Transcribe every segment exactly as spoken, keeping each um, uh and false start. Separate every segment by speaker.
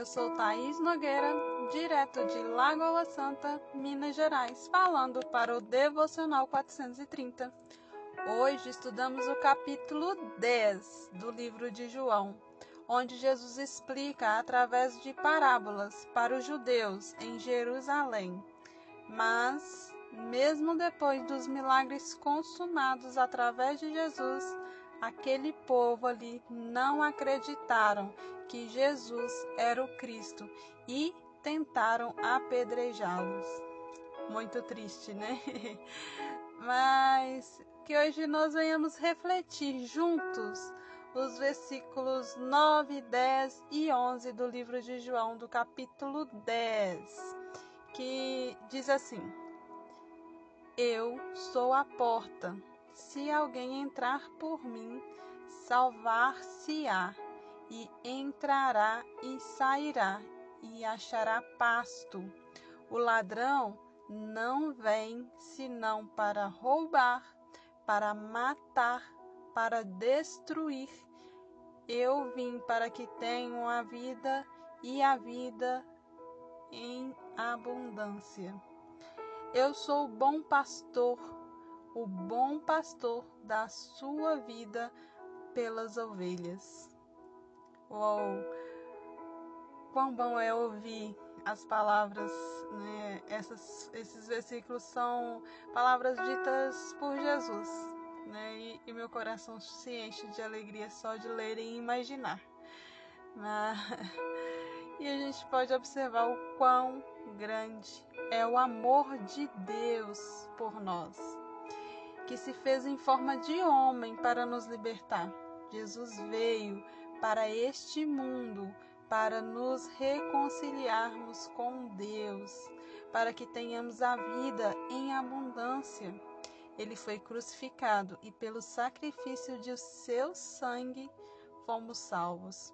Speaker 1: sou Thaís Nogueira, direto de Lagoa Santa, Minas Gerais, falando para o Devocional quatrocentos e trinta. Hoje estudamos o capítulo dez do livro de João, onde Jesus explica através de parábolas para os judeus em Jerusalém. Mas, mesmo depois dos milagres consumados através de Jesus, aquele povo ali não acreditaram que Jesus era o Cristo e tentaram apedrejá-los. Muito triste, né? Mas que hoje nós venhamos refletir juntos os versículos nove, dez e onze do livro de João, do capítulo dez, que diz assim: Eu sou a porta. Se alguém entrar por mim, salvar-se-á, e entrará e sairá, e achará pasto. O ladrão não vem senão para roubar, para matar, para destruir. Eu vim para que tenham a vida e a vida em abundância. Eu sou o bom pastor. O bom pastor dá sua vida pelas ovelhas. Uou! Quão bom é ouvir as palavras, né? Essas, esses versículos são palavras ditas por Jesus, né? E, e meu coração se enche de alegria só de ler e imaginar. Mas, e a gente pode observar o quão grande é o amor de Deus por nós, que se fez em forma de homem para nos libertar. Jesus veio para este mundo para nos reconciliarmos com Deus, para que tenhamos a vida em abundância. Ele foi crucificado e pelo sacrifício de seu sangue fomos salvos.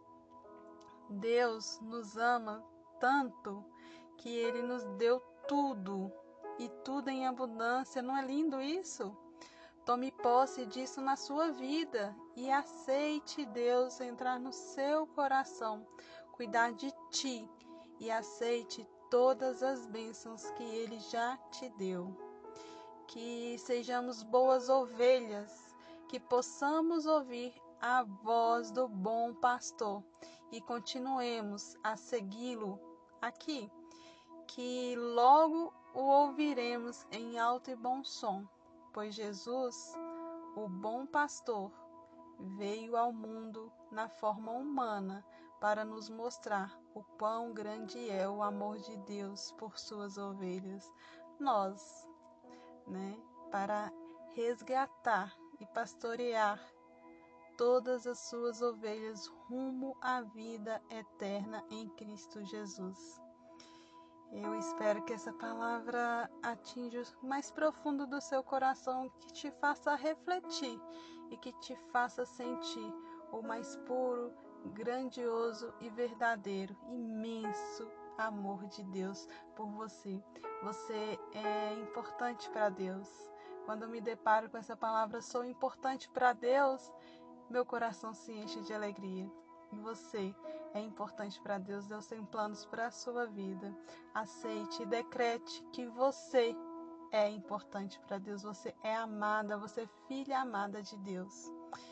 Speaker 1: Deus nos ama tanto que Ele nos deu tudo, e tudo em abundância. Não é lindo isso? Tome posse disso na sua vida e aceite Deus entrar no seu coração, cuidar de ti, e aceite todas as bênçãos que Ele já te deu. Que sejamos boas ovelhas, que possamos ouvir a voz do bom pastor e continuemos a segui-lo aqui, que logo o ouviremos em alto e bom som, pois Jesus, o bom pastor, veio ao mundo na forma humana para nos mostrar o quão grande é o amor de Deus por suas ovelhas. Nós, né, para resgatar e pastorear todas as suas ovelhas rumo à vida eterna em Cristo Jesus. Eu espero que essa palavra atinja o mais profundo do seu coração, que te faça refletir e que te faça sentir o mais puro, grandioso e verdadeiro, imenso amor de Deus por você. Você é importante para Deus. Quando eu me deparo com essa palavra, sou importante para Deus, meu coração se enche de alegria. E você é importante para Deus. Deus tem planos para a sua vida. Aceite e decrete que você é importante para Deus. Você é amada, você é filha amada de Deus.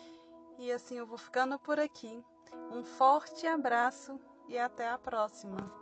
Speaker 1: E assim eu vou ficando por aqui. Um forte abraço e até a próxima.